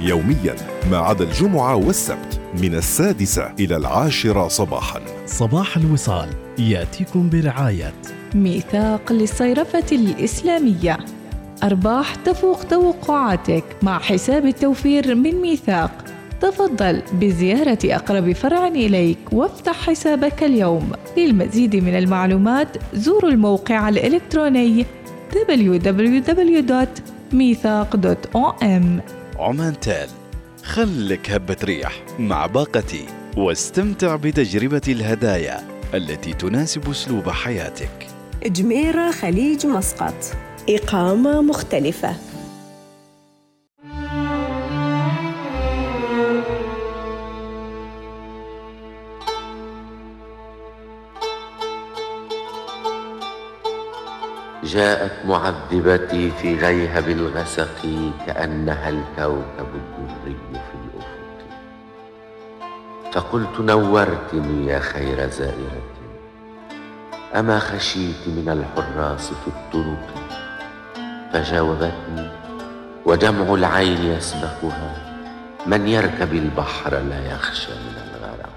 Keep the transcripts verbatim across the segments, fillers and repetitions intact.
يومياً ما عدا الجمعة والسبت من السادسة إلى العاشرة صباحاً. صباح الوصال يأتيكم برعاية ميثاق للصيرفة الإسلامية. أرباح تفوق توقعاتك مع حساب التوفير من ميثاق. تفضل بزيارة أقرب فرع إليك وافتح حسابك اليوم. للمزيد من المعلومات زوروا الموقع الإلكتروني دبليو دبليو دبليو دوت ميثاق دوت أو إم. عمان تال، خلك هبة ريح مع باقتي واستمتع بتجربة الهدايا التي تناسب أسلوب حياتك. جميرة خليج مسقط، إقامة مختلفة. جاءت معذبتي في غيهب الغسق كأنها الكوكب الدري في الأفق، فقلت نورتني يا خير زائرة، أما خشيت من الحراس في الطرق؟ فجاوبتني ودمع العين يسبقها، من يركب البحر لا يخشى من الغرق.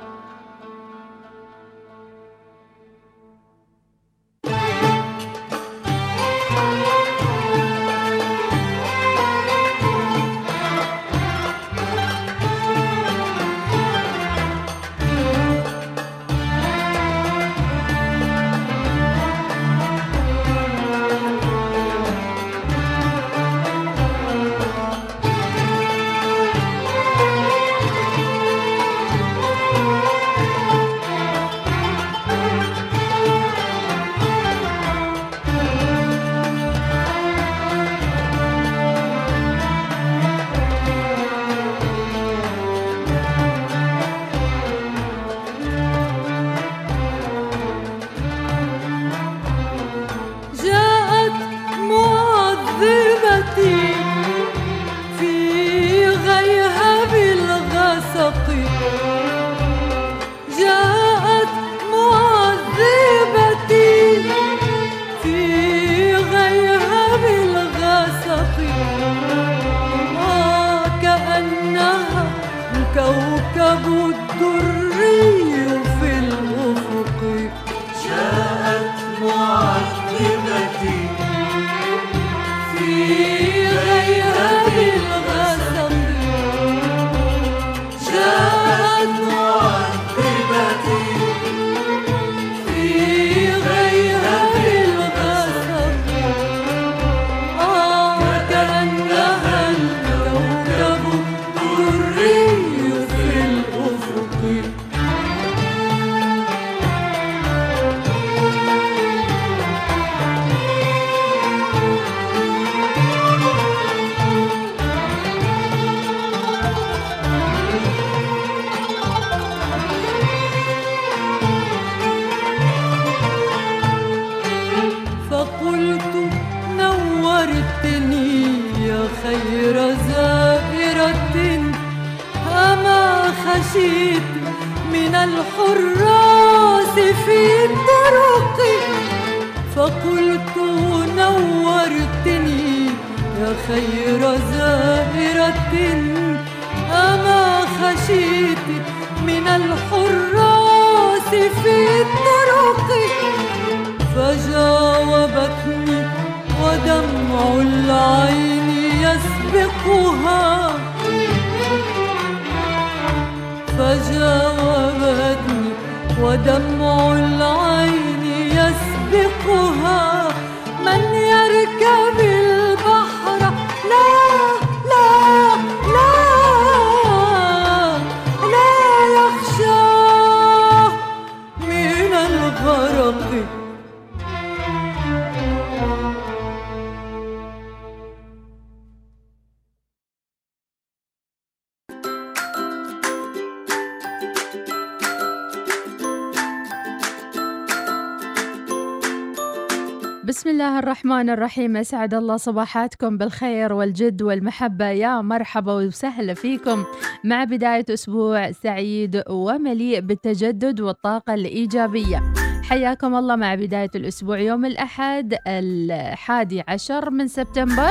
بسم الله الرحمن الرحيم. أسعد الله صباحاتكم بالخير والجد والمحبة. يا مرحبا وسهلا فيكم مع بداية أسبوع سعيد ومليء بالتجدد والطاقة الإيجابية. حياكم الله مع بداية الأسبوع يوم الأحد الحادي عشر من سبتمبر،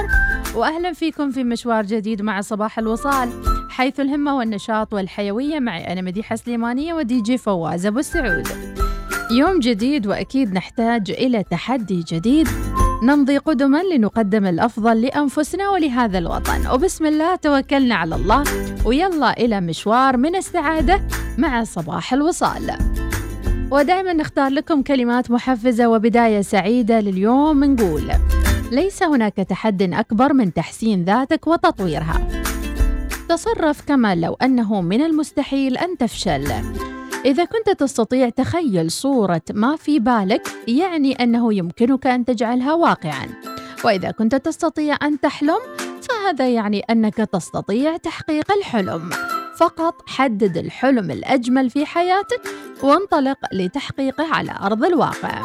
وأهلا فيكم في مشوار جديد مع صباح الوصال، حيث الهمة والنشاط والحيوية. معي أنا مديحة سليمانية ودي جي فواز أبو السعود. يوم جديد وأكيد نحتاج إلى تحدي جديد، نمضي قدما لنقدم الأفضل لأنفسنا ولهذا الوطن. وبسم الله توكلنا على الله، ويلا إلى مشوار من السعادة مع صباح الوصال. ودائما نختار لكم كلمات محفزة وبداية سعيدة لليوم. نقول: ليس هناك تحد أكبر من تحسين ذاتك وتطويرها. تصرف كما لو أنه من المستحيل أن تفشل. إذا كنت تستطيع تخيل صورة ما في بالك، يعني أنه يمكنك أن تجعلها واقعاً. وإذا كنت تستطيع أن تحلم، فهذا يعني أنك تستطيع تحقيق الحلم. فقط حدد الحلم الأجمل في حياتك وانطلق لتحقيقه على أرض الواقع.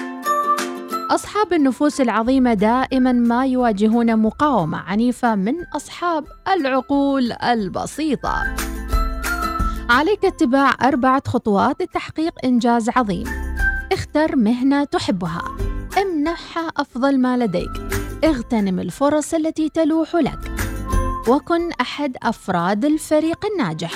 أصحاب النفوس العظيمة دائما ما يواجهون مقاومة عنيفة من أصحاب العقول البسيطة. عليك اتباع أربعة خطوات لتحقيق إنجاز عظيم. اختر مهنة تحبها، امنحها أفضل ما لديك، اغتنم الفرص التي تلوح لك، وكن أحد أفراد الفريق الناجح.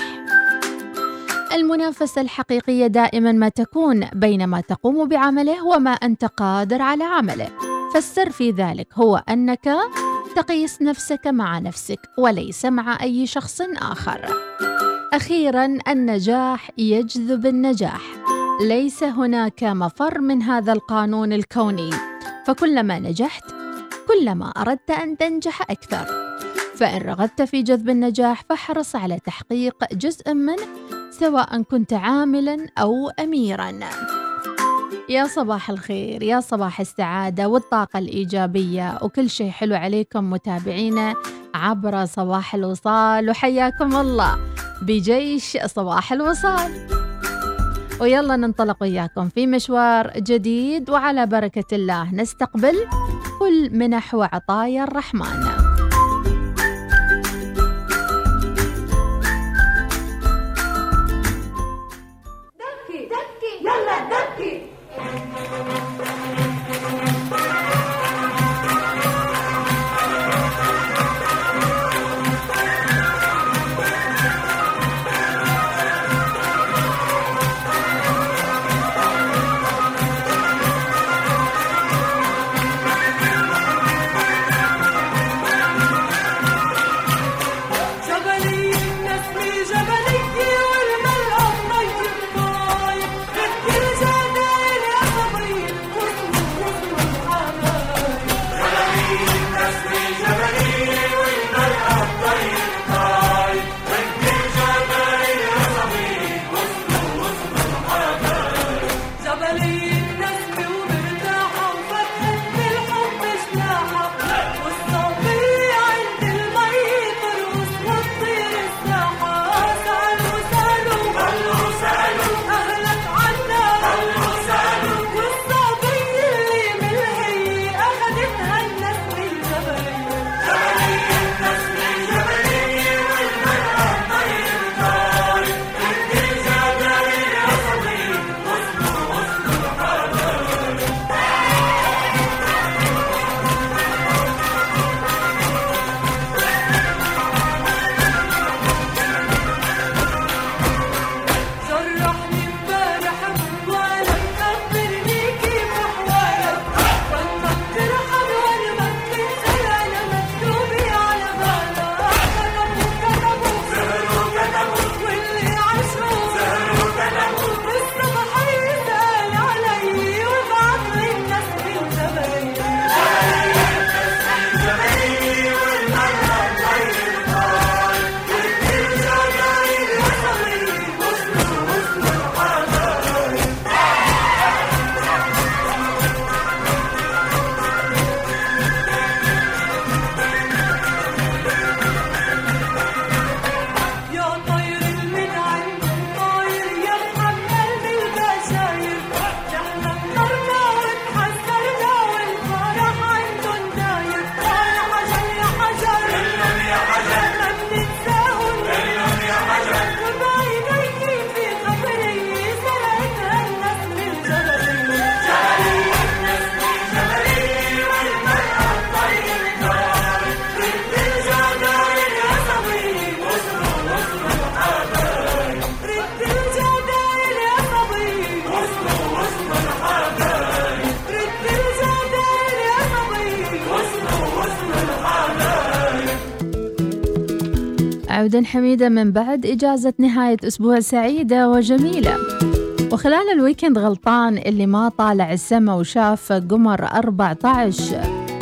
المنافسة الحقيقية دائما ما تكون بين ما تقوم بعمله وما أنت قادر على عمله، فالسر في ذلك هو أنك تقيس نفسك مع نفسك وليس مع أي شخص آخر. أخيراً، النجاح يجذب النجاح، ليس هناك مفر من هذا القانون الكوني، فكلما نجحت كلما أردت أن تنجح أكثر. فإن رغبت في جذب النجاح فاحرص على تحقيق جزء منه، سواء كنت عاملاً أو أميراً. يا صباح الخير، يا صباح السعادة والطاقة الإيجابية وكل شيء حلو عليكم متابعينا عبر صباح الوصال، وحياكم الله بجيش صباح الوصال. ويلا ننطلق وياكم في مشوار جديد، وعلى بركة الله نستقبل كل منح وعطايا الرحمن. دبكي دبكي يلا دبكي. عودا حميدا من بعد إجازة نهاية أسبوع سعيدة وجميلة. وخلال الويكند غلطان اللي ما طالع السما وشاف قمر أربعة عشر.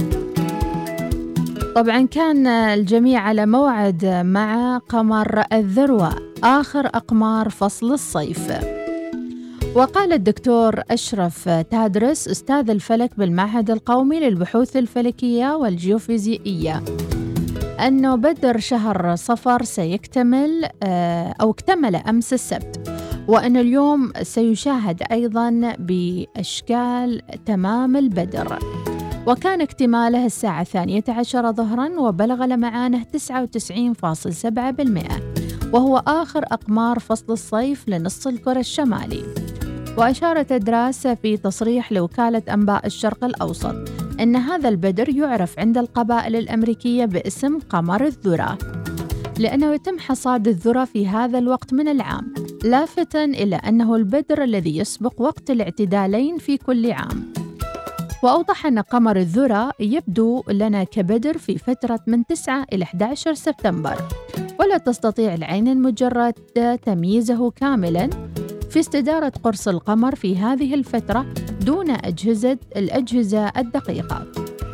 طبعا كان الجميع على موعد مع قمر الذروة آخر أقمار فصل الصيف. وقال الدكتور أشرف تادرس أستاذ الفلك بالمعهد القومي للبحوث الفلكية والجيوفيزيائية أنه بدر شهر صفر سيكتمل أو اكتمل أمس السبت، وأن اليوم سيشاهد أيضا بأشكال تمام البدر، وكان اكتماله الساعة الثانية عشر ظهرا وبلغ لمعانه تسعة وتسعين فاصلة سبعة بالمئة، وهو آخر أقمار فصل الصيف لنصف الكرة الشمالي. وأشارت الدراسة في تصريح لوكالة أنباء الشرق الأوسط أن هذا البدر يعرف عند القبائل الأمريكية باسم قمر الذرة، لأنه يتم حصاد الذرة في هذا الوقت من العام، لافتاً إلى أنه البدر الذي يسبق وقت الاعتدالين في كل عام. وأوضح أن قمر الذرة يبدو لنا كبدر في فترة من تسعة إلى أحد عشر سبتمبر، ولا تستطيع العين المجردة تمييزه كاملاً في استدارة قرص القمر في هذه الفترة دون أجهزة الأجهزة الدقيقة.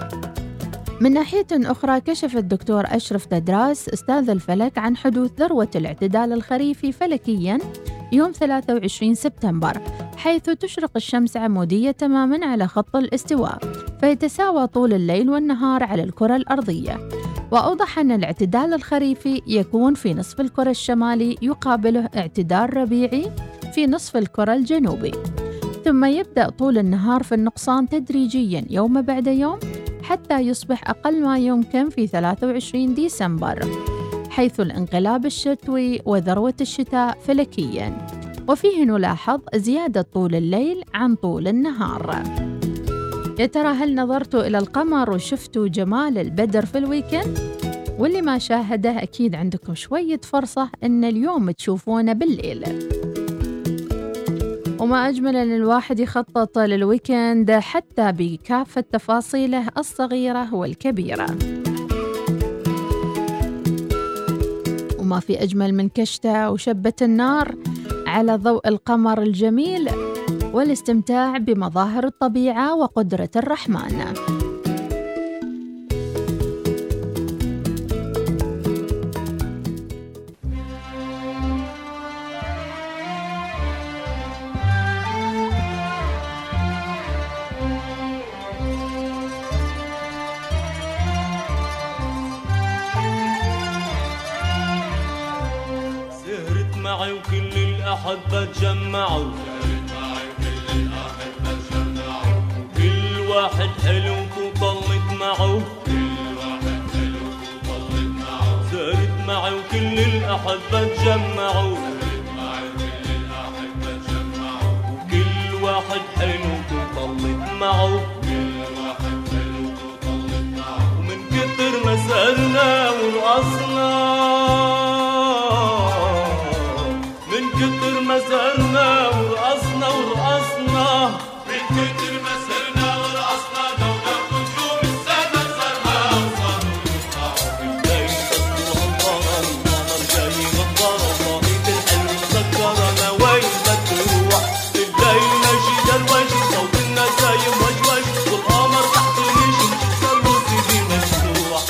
من ناحية أخرى، كشف الدكتور أشرف تدراس أستاذ الفلك عن حدوث ذروة الاعتدال الخريفي فلكياً يوم ثلاثة وعشرين سبتمبر، حيث تشرق الشمس عمودية تماماً على خط الاستواء، فيتساوى طول الليل والنهار على الكرة الأرضية. وأوضح أن الاعتدال الخريفي يكون في نصف الكرة الشمالي يقابله اعتدال ربيعي في نصف الكرة الجنوبي، ثم يبدأ طول النهار في النقصان تدريجياً يوم بعد يوم حتى يصبح أقل ما يمكن في ثلاثة وعشرين ديسمبر، حيث الانقلاب الشتوي وذروة الشتاء فلكياً، وفيه نلاحظ زيادة طول الليل عن طول النهار. يا ترى هل نظرتوا إلى القمر وشفتوا جمال البدر في الويكند؟ واللي ما شاهده أكيد عندكم شوية فرصة أن اليوم تشوفونه بالليل. وما أجمل أن الواحد يخطط للويكند حتى بكافة تفاصيله الصغيرة والكبيرة. وما في أجمل من كشتة وشبة النار على ضوء القمر الجميل والاستمتاع بمظاهر الطبيعة وقدرة الرحمن. معي وكل الأحبة تجمعوا، كل واحد حلو وطلت معه، سهرت معي وكل الأحبة تجمعوا، وكل واحد حلو وطلت معه، ومن كتر ما سهرنا ورقصنا، كتر ما سهرنا ورقصنا ورقصنا، من كتر ما سهرنا ورقصنا دونا نجوم السما صرنا وصاروا الليل مسطوح القمر جاي غدارة صاحب الحلم مسكرنا وين بتروح، الليل ماشي درويش صوت النسايم وشوش والقمر تحت النجم صاروا سيدي مفتوح.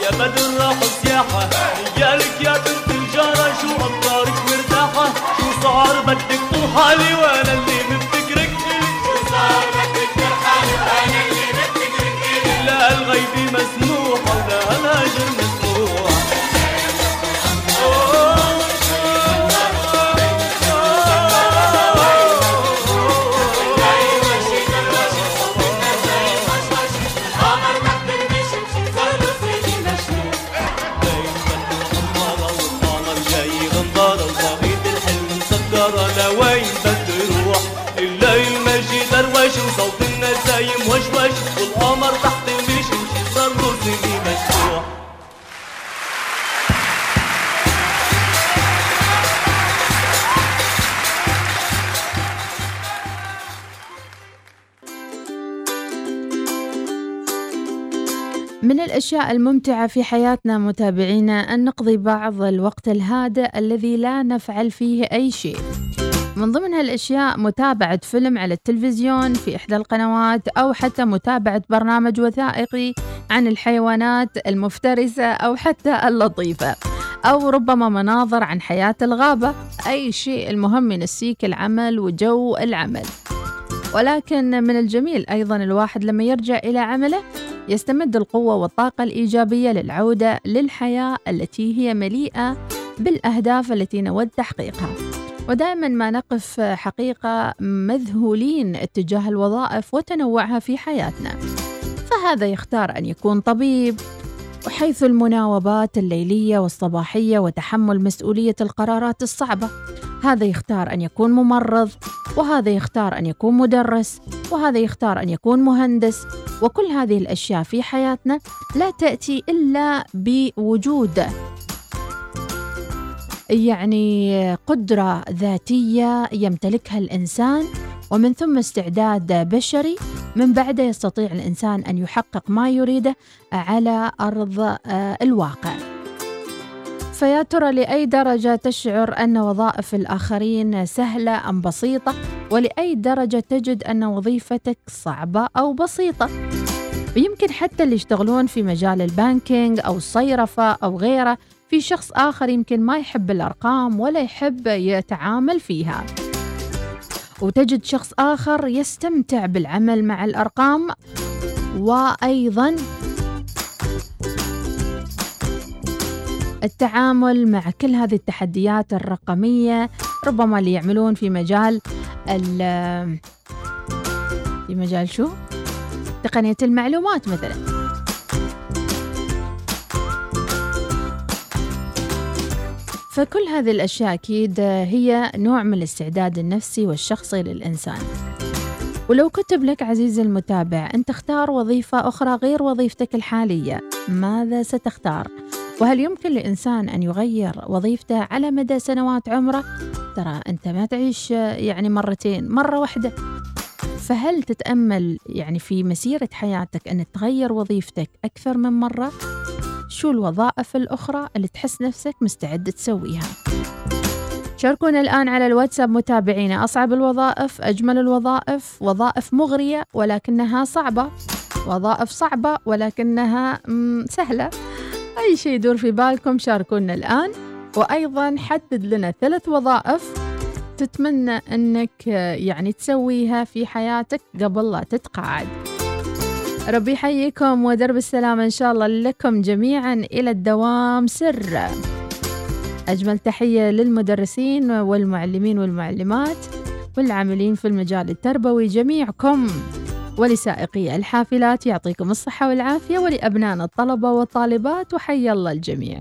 يا بدر راحوا سياحة رجالك يا بنت الجارة شو أبطارك مرتاحة شو صار بدك ترحلي وأنا اللي مفتكرك إلي شو صار بدك ترحلي وأنا اللي مفتكرك إلي لا الغيب مسموح ولا الهجر مسموح لوين بدي روح الليل ماشي دروش وصوت النسايم وشوش والقمر تحت المشي مشي صار رزقي مفتوح من الأشياء الممتعة في حياتنا متابعينا أن نقضي بعض الوقت الهادئ الذي لا نفعل فيه أي شيء. من ضمن هالأشياء متابعة فيلم على التلفزيون في إحدى القنوات أو حتى متابعة برنامج وثائقي عن الحيوانات المفترسة أو حتى اللطيفة أو ربما مناظر عن حياة الغابة. أي شيء المهم ينسيك العمل وجو العمل. ولكن من الجميل أيضا الواحد لما يرجع إلى عمله يستمد القوة والطاقة الإيجابية للعودة للحياة التي هي مليئة بالأهداف التي نود تحقيقها. ودائما ما نقف حقيقة مذهولين اتجاه الوظائف وتنوعها في حياتنا. فهذا يختار أن يكون طبيب، وحيث المناوبات الليلية والصباحية وتحمل مسؤولية القرارات الصعبة. هذا يختار أن يكون ممرض، وهذا يختار أن يكون مدرس، وهذا يختار أن يكون مهندس. وكل هذه الأشياء في حياتنا لا تأتي إلا بوجود يعني قدرة ذاتية يمتلكها الإنسان، ومن ثم استعداد بشري من بعده يستطيع الإنسان أن يحقق ما يريده على أرض الواقع. فيا ترى لأي درجة تشعر أن وظائف الآخرين سهلة أم بسيطة؟ ولأي درجة تجد أن وظيفتك صعبة أو بسيطة؟ ويمكن حتى اللي يشتغلون في مجال البانكينج أو الصيرفة أو غيره، في شخص آخر يمكن ما يحب الأرقام ولا يحب يتعامل فيها، وتجد شخص آخر يستمتع بالعمل مع الأرقام وأيضاً التعامل مع كل هذه التحديات الرقمية. ربما اللي يعملون في مجال في مجال شو؟ تقنية المعلومات مثلاً. فكل هذه الأشياء أكيد هي نوع من الاستعداد النفسي والشخصي للإنسان. ولو كتب لك عزيزي المتابع أن تختار وظيفة أخرى غير وظيفتك الحالية، ماذا ستختار؟ وهل يمكن لإنسان أن يغير وظيفته على مدى سنوات عمره؟ ترى أنت ما تعيش يعني مرتين، مرة واحدة. فهل تتأمل يعني في مسيرة حياتك أن تغير وظيفتك أكثر من مرة؟ شو الوظائف الأخرى اللي تحس نفسك مستعد تسويها؟ شاركونا الآن على الواتساب متابعينا. أصعب الوظائف، أجمل الوظائف، وظائف مغرية ولكنها صعبة، وظائف صعبة ولكنها سهلة. أي شيء يدور في بالكم شاركونا الآن. وأيضا حدد لنا ثلاث وظائف تتمنى أنك يعني تسويها في حياتك قبل لا تتقاعد. ربي يحييكم ودرب السلام إن شاء الله لكم جميعا إلى الدوام سر. أجمل تحية للمدرسين والمعلمين والمعلمات والعاملين في المجال التربوي جميعكم، ولسائقي الحافلات يعطيكم الصحة والعافية، ولأبنائنا الطلبة والطالبات، وحي الله الجميع.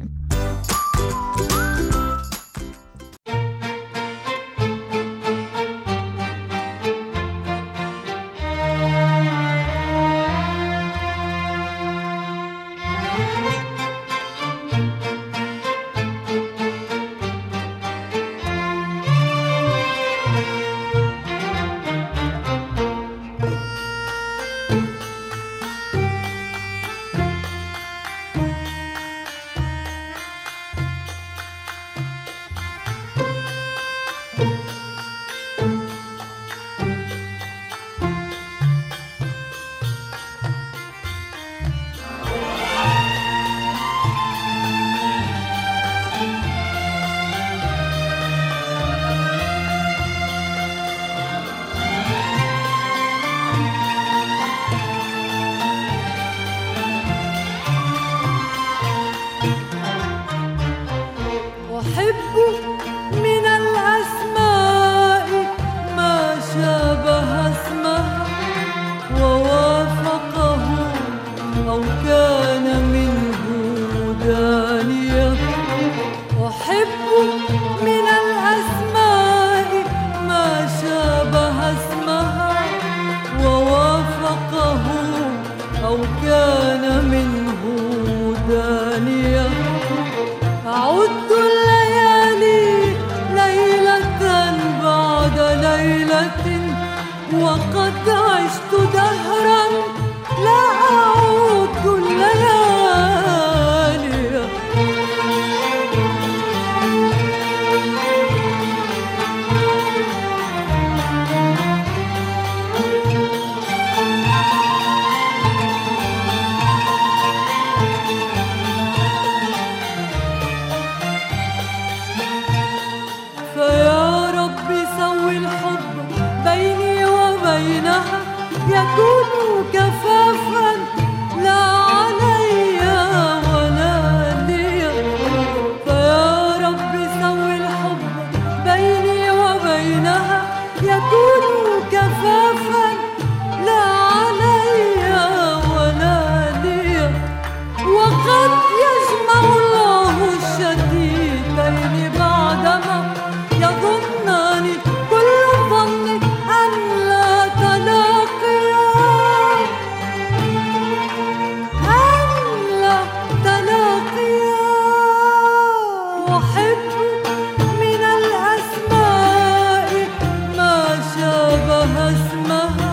ثانية أعد الليالي ليلة بعد ليلة وقد عشت دهرا لا أعود الليالي. فيا رب سوي الحب بيني وبينها يكون كفافا لا علي ولا لي. فيا رب سوي الحب بيني وبينها يكون كفافا لا علي ولا لي. وقد يجمع الله الشتيتين بعدما يظنني كل ظن أن لا تلاقيا أن لا تلاقيا. أحب من الأسماء ما شابه اسمها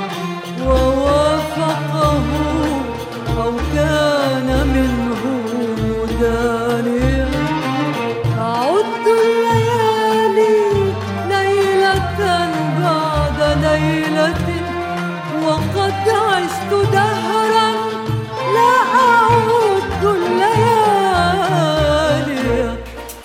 ووافقه أو كان منه مدانيا. أعد الليالي ليلة بعد ليلة وقد عشت دهرا لا أعود الليالي.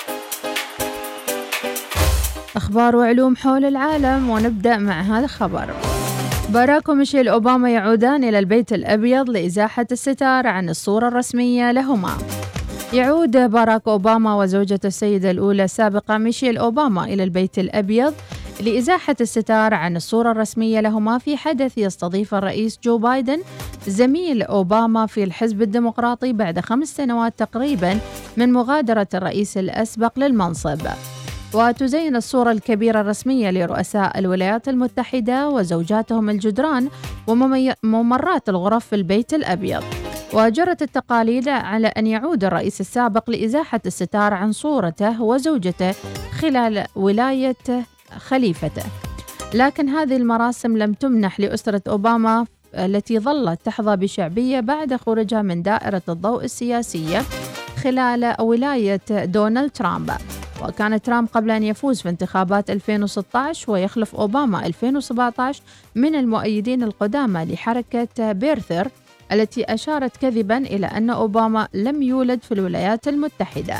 أخبار وعلوم حول العالم، ونبدأ مع هذا الخبر. باراك وميشيل أوباما يعودان إلى البيت الأبيض لإزاحة الستار عن الصورة الرسمية لهما. يعود باراك أوباما وزوجته السيدة الأولى السابقة ميشيل أوباما إلى البيت الأبيض لإزاحة الستار عن الصورة الرسمية لهما في حدث يستضيف الرئيس جو بايدن زميل أوباما في الحزب الديمقراطي بعد خمس سنوات تقريبا من مغادرة الرئيس الأسبق للمنصب. وتزين الصورة الكبيرة الرسمية لرؤساء الولايات المتحدة وزوجاتهم الجدران وممرات الغرف في البيت الأبيض. وجرت التقاليد على أن يعود الرئيس السابق لإزاحة الستار عن صورته وزوجته خلال ولاية خليفته، لكن هذه المراسم لم تمنح لأسرة أوباما التي ظلت تحظى بشعبية بعد خروجها من دائرة الضوء السياسية خلال ولاية دونالد ترامب. وكان ترامب قبل أن يفوز في انتخابات ألفين وستة عشر ويخلف أوباما ألفين وسبعة عشر من المؤيدين القدامى لحركة بيرثر التي أشارت كذباً إلى أن أوباما لم يولد في الولايات المتحدة.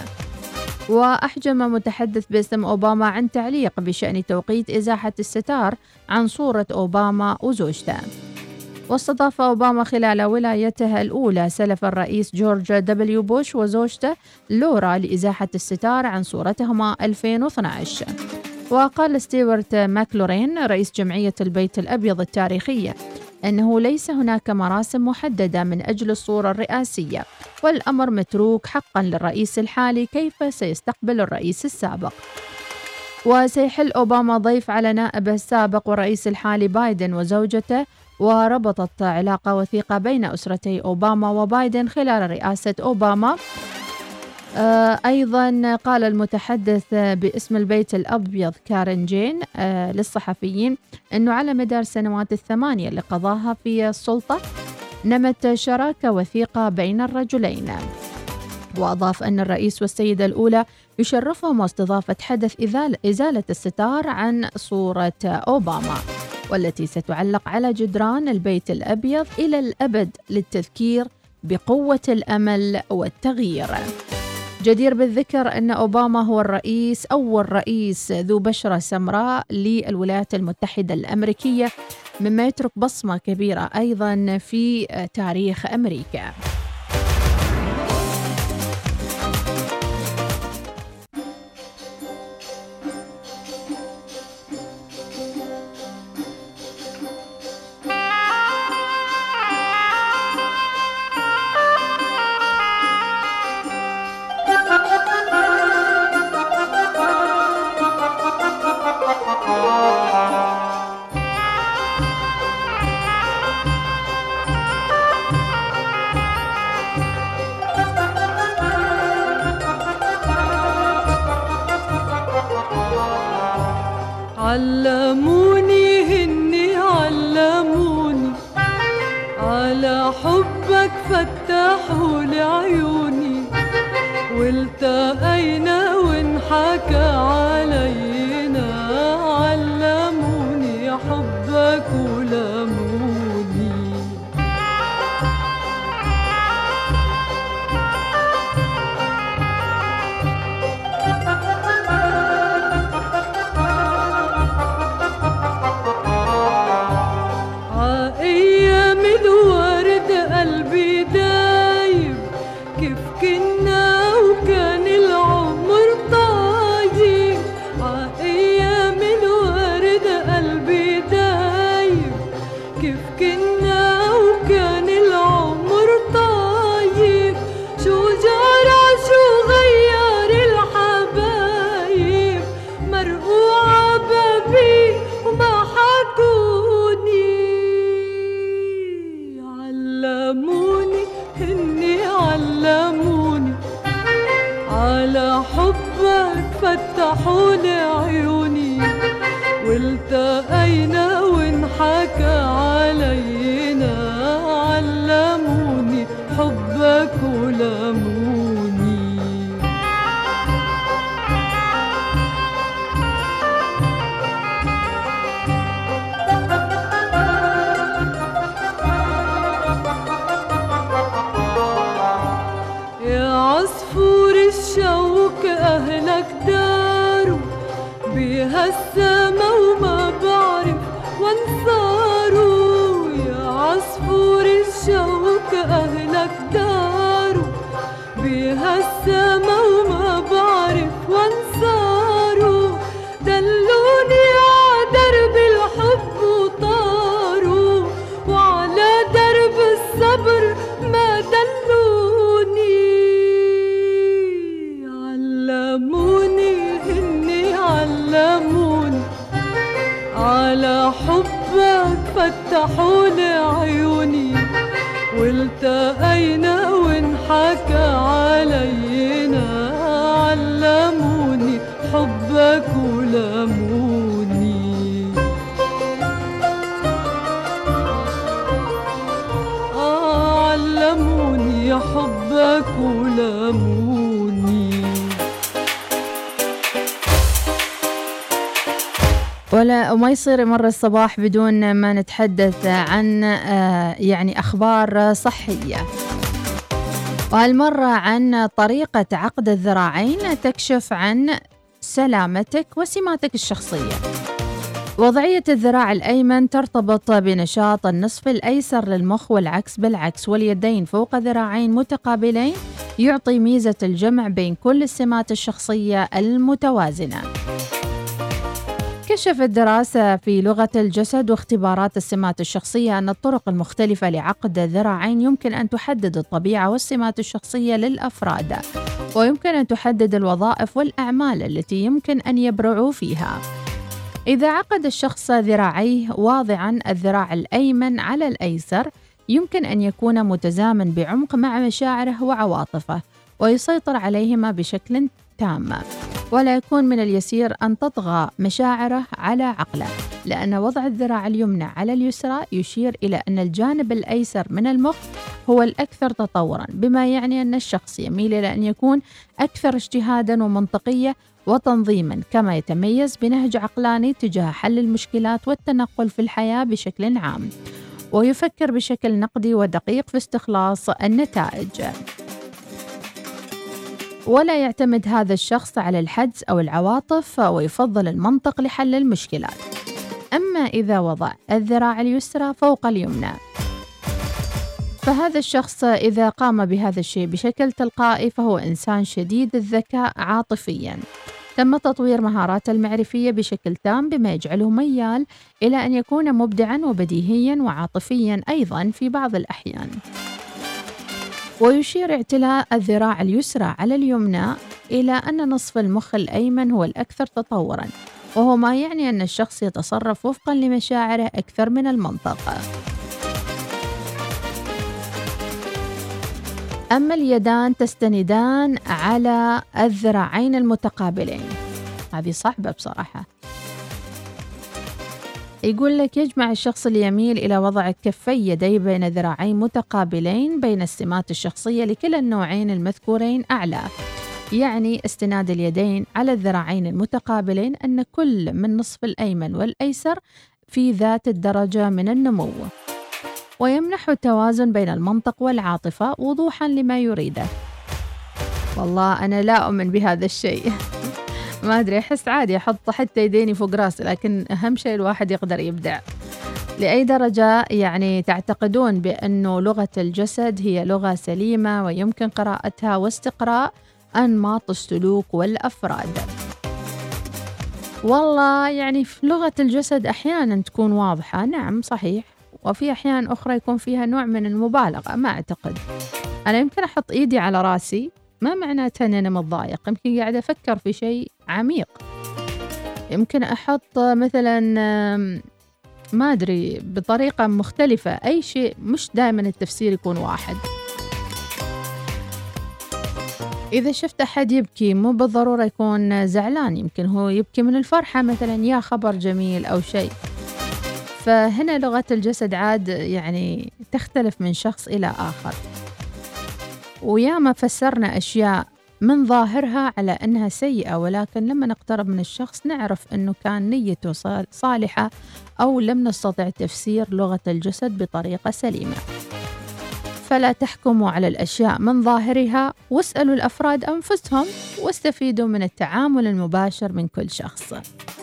وأحجم متحدث باسم أوباما عن تعليق بشأن توقيت إزاحة الستار عن صورة أوباما وزوجته. واستضاف أوباما خلال ولايته الأولى سلف الرئيس جورج دبليو بوش وزوجته لورا لإزاحة الستار عن صورتهما ألفين واثني عشر. وقال ستيوارت ماكلورين رئيس جمعية البيت الأبيض التاريخية أنه ليس هناك مراسم محددة من أجل الصورة الرئاسية، والأمر متروك حقا للرئيس الحالي كيف سيستقبل الرئيس السابق. وسيحل أوباما ضيف على نائبه السابق والرئيس الحالي بايدن وزوجته، وربطت علاقة وثيقة بين أسرتي أوباما وبايدن خلال رئاسة أوباما. آه أيضا قال المتحدث باسم البيت الأبيض كارين جين آه للصحفيين أنه على مدار السنوات الثمانية اللي قضاها في السلطة نمت شراكة وثيقة بين الرجلين. وأضاف أن الرئيس والسيدة الأولى يشرفهم استضافة حدث إزالة الستار عن صورة أوباما، والتي ستعلق على جدران البيت الأبيض إلى الأبد للتذكير بقوة الأمل والتغيير. جدير بالذكر أن أوباما هو الرئيس أول رئيس ذو بشرة سمراء للولايات المتحدة الأمريكية، مما يترك بصمة كبيرة أيضا في تاريخ أمريكا. علموني هني علموني على حبك فتحوا لي عيوني، والتقينا وانحكى علينا، علموني حبك ولموني. عايام الورد قلبي دايب، كيف كنا وكان العمر طايب. عايام الورد قلبي دايب، كيف كنا وكان العمر طايب. شو جرى شو غير الحبايب، مرقوعة بابي وما حكوني. علموني هني علموني على حبك فتحوا لي عيوني، والتقينا وانحكى علينا، علموني حبك ولموني. يا عصفور الشوك أهلك داروا بها السما وما بعرف وانصاروا. يا عصفور الشوك أهلك داروا بها السما وما بعرف وانصاروا. دلوني على درب الحب وطاروا، وعلى درب الصبر ما دلوني. علموني هني علموني على حبك فتحوا لي عيوني، والتقينا وانحكى علينا، علموني حبك ولموني. آه علموني حبك ولموني. ولا وما يصير يمر الصباح بدون ما نتحدث عن آه يعني أخبار صحية، وهالمرة عن طريقة عقد الذراعين تكشف عن سلامتك وسماتك الشخصية. وضعية الذراع الأيمن ترتبط بنشاط النصف الأيسر للمخ، والعكس بالعكس، واليدين فوق ذراعين متقابلين يعطي ميزة الجمع بين كل السمات الشخصية المتوازنة. كشفت دراسة في لغة الجسد واختبارات السمات الشخصية أن الطرق المختلفة لعقد الذراعين يمكن أن تحدد الطبيعة والسمات الشخصية للأفراد، ويمكن أن تحدد الوظائف والأعمال التي يمكن أن يبرعوا فيها. إذا عقد الشخص ذراعيه واضعاً الذراع الأيمن على الأيسر، يمكن أن يكون متزامن بعمق مع مشاعره وعواطفه ويسيطر عليهما بشكل تام، ولا يكون من اليسير أن تطغى مشاعره على عقله، لأن وضع الذراع اليمنى على اليسرى يشير إلى أن الجانب الأيسر من المخ هو الأكثر تطوراً، بما يعني أن الشخص يميل إلى أن يكون أكثر اجتهاداً ومنطقية وتنظيماً، كما يتميز بنهج عقلاني تجاه حل المشكلات والتنقل في الحياة بشكل عام، ويفكر بشكل نقدي ودقيق في استخلاص النتائج، ولا يعتمد هذا الشخص على الحدس أو العواطف، ويفضل المنطق لحل المشكلات. أما إذا وضع الذراع اليسرى فوق اليمنى، فهذا الشخص إذا قام بهذا الشيء بشكل تلقائي فهو إنسان شديد الذكاء عاطفياً، تم تطوير مهاراته المعرفية بشكل تام، بما يجعله ميال إلى أن يكون مبدعاً وبديهياً وعاطفياً أيضاً في بعض الأحيان. ويشير اعتلاء الذراع اليسرى على اليمنى إلى أن نصف المخ الأيمن هو الأكثر تطوراً، وهو ما يعني أن الشخص يتصرف وفقاً لمشاعره أكثر من المنطق. أما اليدان تستندان على الذراعين المتقابلين، هذه صعبة بصراحة. يقول لك يجمع الشخص اللي يميل إلى وضع كفي يديه بين ذراعين متقابلين بين السمات الشخصية لكلا النوعين المذكورين أعلى. يعني استناد اليدين على الذراعين المتقابلين أن كل من نصف الأيمن والأيسر في ذات الدرجة من النمو، ويمنح التوازن بين المنطق والعاطفة وضوحا لما يريده. والله أنا لا أؤمن بهذا الشيء. ما أدري، أحس عادي أحط حتى يديني فوق راسي، لكن أهم شيء الواحد يقدر يبدع. لأي درجة يعني تعتقدون بأنه لغة الجسد هي لغة سليمة ويمكن قراءتها واستقراء أنماط السلوك والأفراد؟ والله يعني في لغة الجسد أحيانا تكون واضحة، نعم صحيح، وفي أحيان أخرى يكون فيها نوع من المبالغة. ما أعتقد، أنا يمكن أحط إيدي على راسي ما معناته أن أنا متضايق، يمكن قاعدة أفكر في شيء عميق. يمكن أحط مثلا ما أدري بطريقة مختلفة، أي شيء، مش دائما التفسير يكون واحد. إذا شفت أحد يبكي مو بالضرورة يكون زعلان، يمكن هو يبكي من الفرحة مثلا، يا خبر جميل أو شيء. فهنا لغة الجسد عاد يعني تختلف من شخص إلى آخر، وياما فسرنا أشياء من ظاهرها على أنها سيئة، ولكن لما نقترب من الشخص نعرف أنه كان نيته صالحة أو لم نستطع تفسير لغة الجسد بطريقة سليمة. فلا تحكموا على الأشياء من ظاهرها، واسألوا الأفراد أنفسهم واستفيدوا من التعامل المباشر من كل شخص.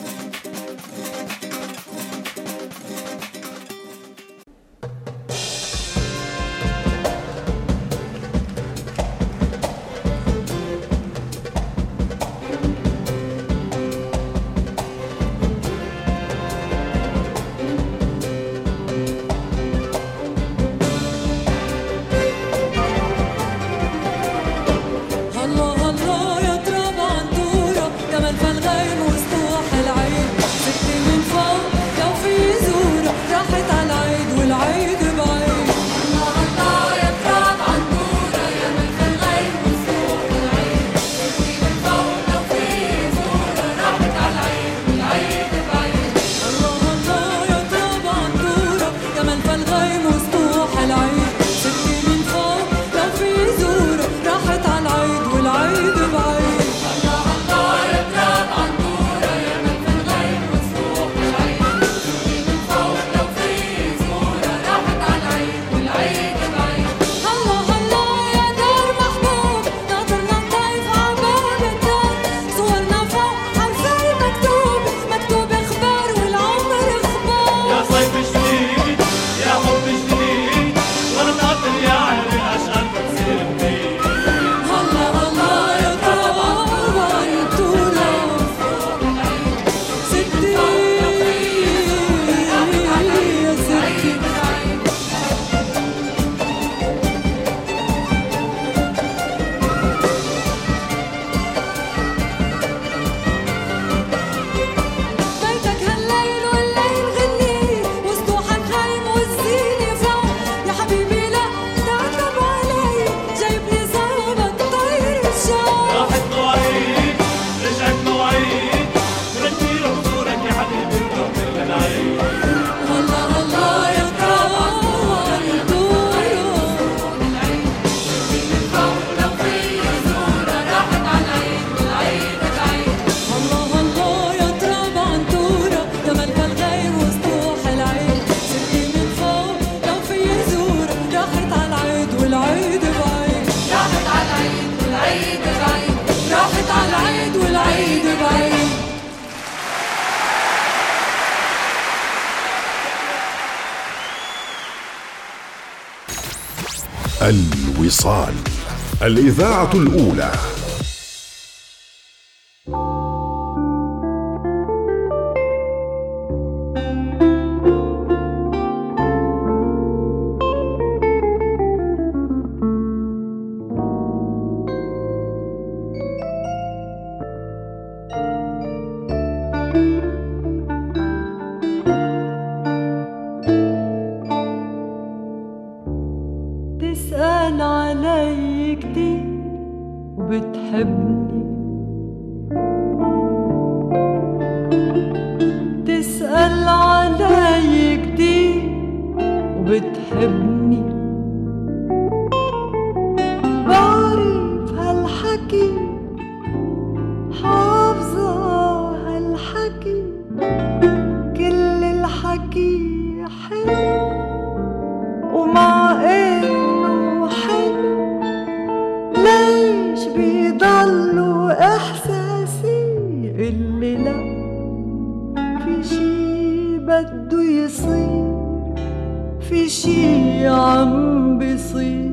الوصال، الإذاعة الأولى. تسأل علي كتير وبتحبني، تسأل علي وبتحبني، بعرف هالحكي، حافظة هالحكي، كل الحكي حلو، ومع إنه حلو ليش بيضلوا إحساسي اللي لا في شي بده يصير، في شي عم بيصير.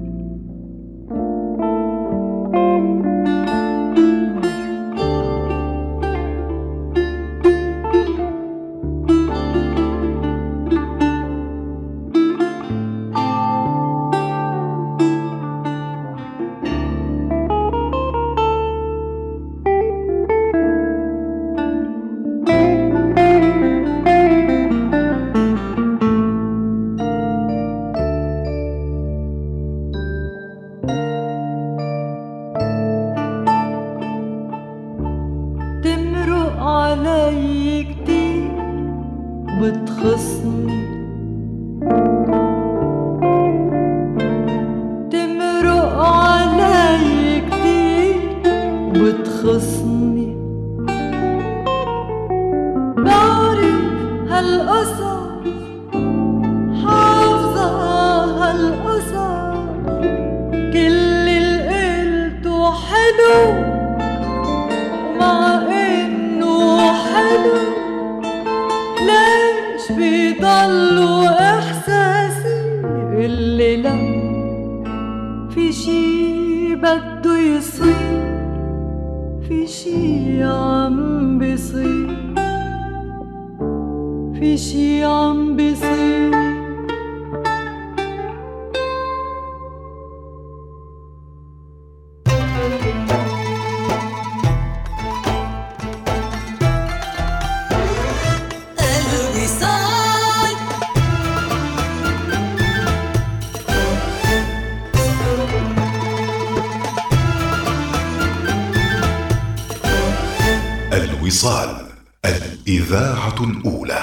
الوصال، الإذاعة الأولى.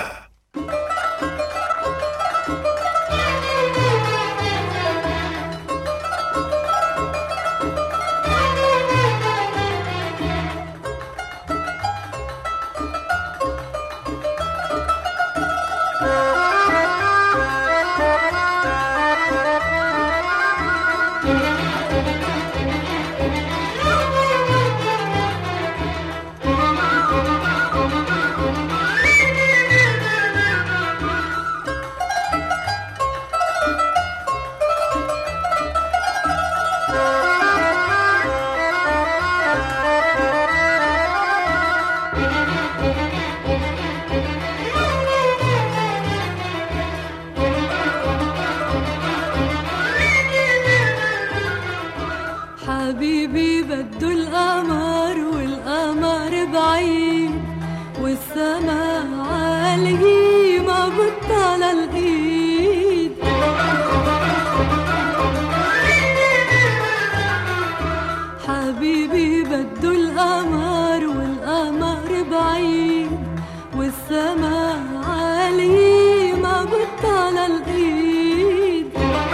حبيبي بده القمر والقمر بعيد والسما عالية ما بطل الإيد. حبيبي بده القمر والقمر بعيد والسما عالية ما بطل الإيد.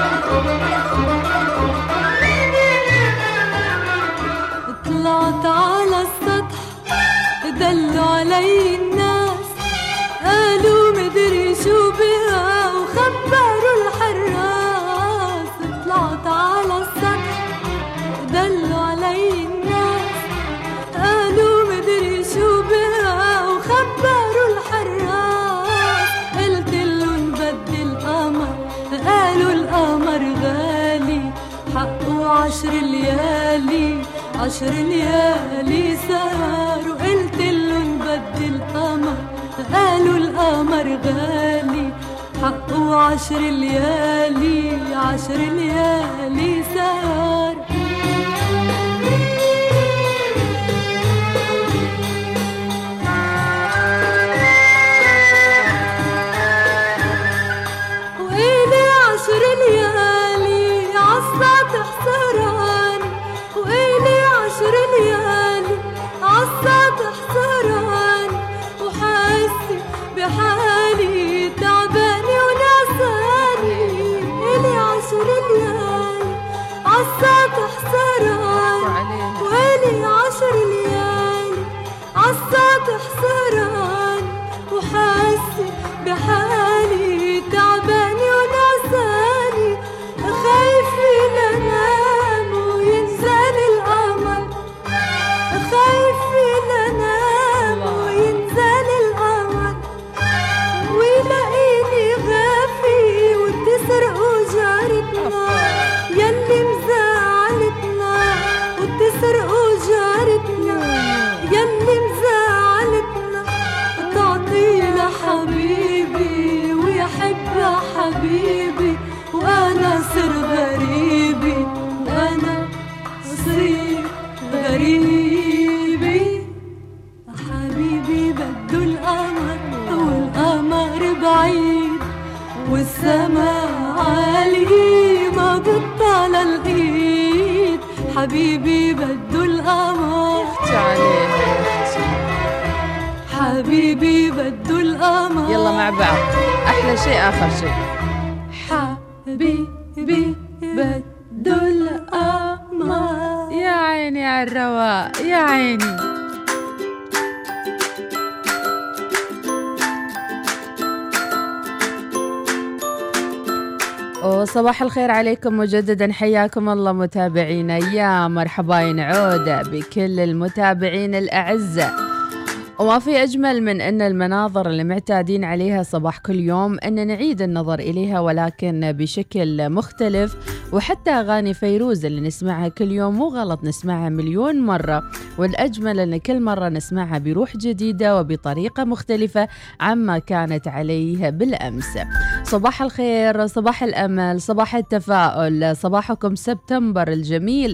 طلعت على السطح دلوا علي الناس قالوا مدري شو بها وخبروا الحراس. طلعت على السطح دلوا علي الناس قالوا مدري شو بها وخبروا الحراس. قلت لهم بدي القمر قالوا القمر غالي حقه عشر ليالي عشر ليالي سهر. وقلت لهم بدي القمر قالوا القمر غالي حقه عشر ليالي عشر ليالي سهر. وإلي عشر ليالي عالسطح سهران وإلي عشر ليالي عالسطح سهران وحاسي بحالي تعباني ونعساني حبيبي بده القمر اختي عليها يا اختي. حبيبي بده القمر. يلا مع بعض احلى شيء اخر شيء. حبيبي بده القمر. يا عيني على الرواق يا عيني. وصباح الخير عليكم مجددا، حياكم الله متابعينا، يا مرحباين عودة بكل المتابعين الأعزاء. وما في أجمل من أن المناظر اللي معتادين عليها صباح كل يوم أن نعيد النظر إليها ولكن بشكل مختلف. وحتى أغاني فيروز اللي نسمعها كل يوم مو غلط نسمعها مليون مرة، والأجمل أن كل مرة نسمعها بروح جديدة وبطريقة مختلفة عما كانت عليه بالأمس. صباح الخير، صباح الأمل، صباح التفاؤل، صباحكم سبتمبر الجميل،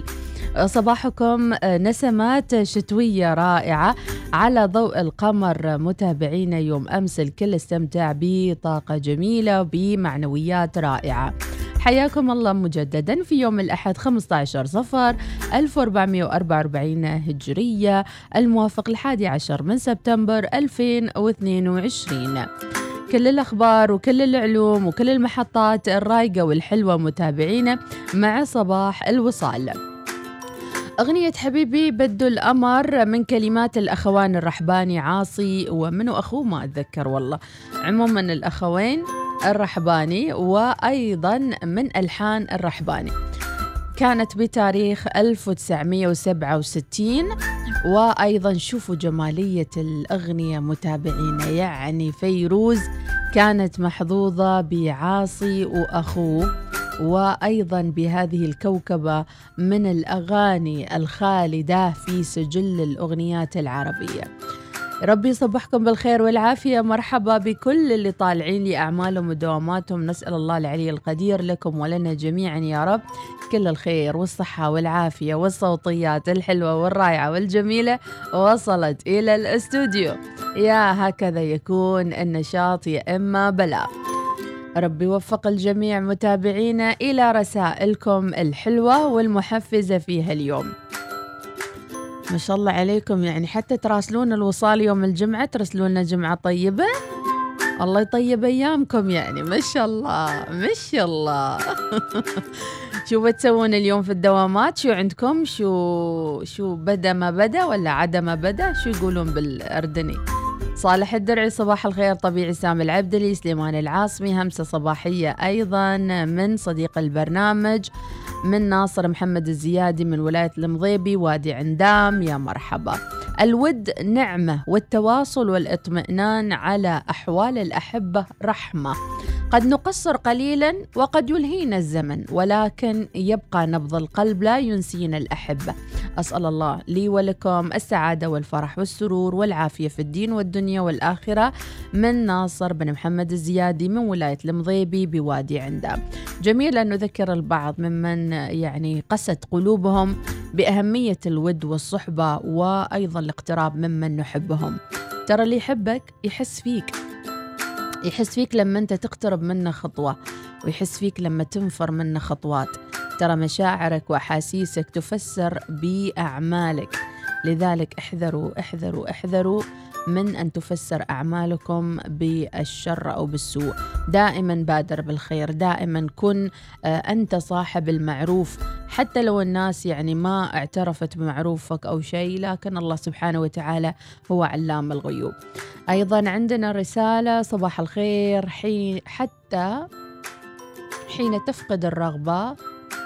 صباحكم نسمات شتوية رائعة على ضوء القمر. متابعينا يوم أمس الكل استمتع بطاقة جميلة وبمعنويات رائعة. حياكم الله مجددا في يوم الأحد خمسة عشر صفر ألف وأربعمائة وأربعة وأربعين هجرية الموافق الحادي عشر من سبتمبر ألفين واثنين وعشرين. كل الأخبار وكل العلوم وكل المحطات الرايقة والحلوة متابعينا مع صباح الوصال. أغنية حبيبي بدو الأمر من كلمات الأخوان الرحباني عاصي ومنو أخوه ما أتذكر والله، عموما الأخوين الرحباني، وأيضا من ألحان الرحباني. كانت بتاريخ ألف وتسعمائة وسبعة وستين. وأيضا شوفوا جمالية الأغنية متابعينا، يعني فيروز كانت محظوظة بعاصي وأخوه، وأيضا بهذه الكوكبة من الأغاني الخالدة في سجل الأغنيات العربية. ربي يصبحكم بالخير والعافية. مرحبا بكل اللي طالعين لأعمالهم ودواماتهم، نسأل الله العلي القدير لكم ولنا جميعا يا رب كل الخير والصحة والعافية. والصوتيات الحلوة والرائعة والجميلة وصلت إلى الاستوديو، يا هكذا يكون النشاط يا إما بلا. ربي وفق الجميع متابعينا إلى رسائلكم الحلوة والمحفزة فيها اليوم. ما شاء الله عليكم، يعني حتى تراسلون الوصال يوم الجمعة، ترسلون جمعة طيبة، الله يطيب أيامكم، يعني ما شاء الله ما شاء الله. شو بتسوون اليوم في الدوامات؟ شو عندكم؟ شو شو بدا ما بدا ولا عدا ما بدا؟ شو يقولون بالأردني؟ صالح الدرعي صباح الخير، طبيعي سامي العبدلي، سليمان العاصمي، همسة صباحية أيضا من صديق البرنامج، من ناصر محمد الزيادي من ولاية المضيبي وادي عندام، يا مرحبا. الود نعمة والتواصل والاطمئنان على أحوال الأحبة رحمة، قد نقصر قليلا وقد يلهينا الزمن، ولكن يبقى نبض القلب لا ينسينا الأحبة. أسأل الله لي ولكم السعادة والفرح والسرور والعافية في الدين والدنيا والآخرة، من ناصر بن محمد الزيادي من ولاية المضيبي بوادي عندام. جميل أن نذكر البعض ممن يعني قست قلوبهم بأهمية الود والصحبة وأيضا الاقتراب ممن نحبهم. ترى اللي يحبك يحس فيك، يحس فيك لما أنت تقترب منه خطوة، ويحس فيك لما تنفر منه خطوات. ترى مشاعرك وأحاسيسك تفسر بأعمالك، لذلك احذروا احذروا احذروا من أن تفسر أعمالكم بالشر أو بالسوء. دائما بادر بالخير، دائما كن أنت صاحب المعروف، حتى لو الناس يعني ما اعترفت بمعروفك أو شيء، لكن الله سبحانه وتعالى هو علام الغيوب. أيضا عندنا رسالة، صباح الخير، حين حتى حين تفقد الرغبة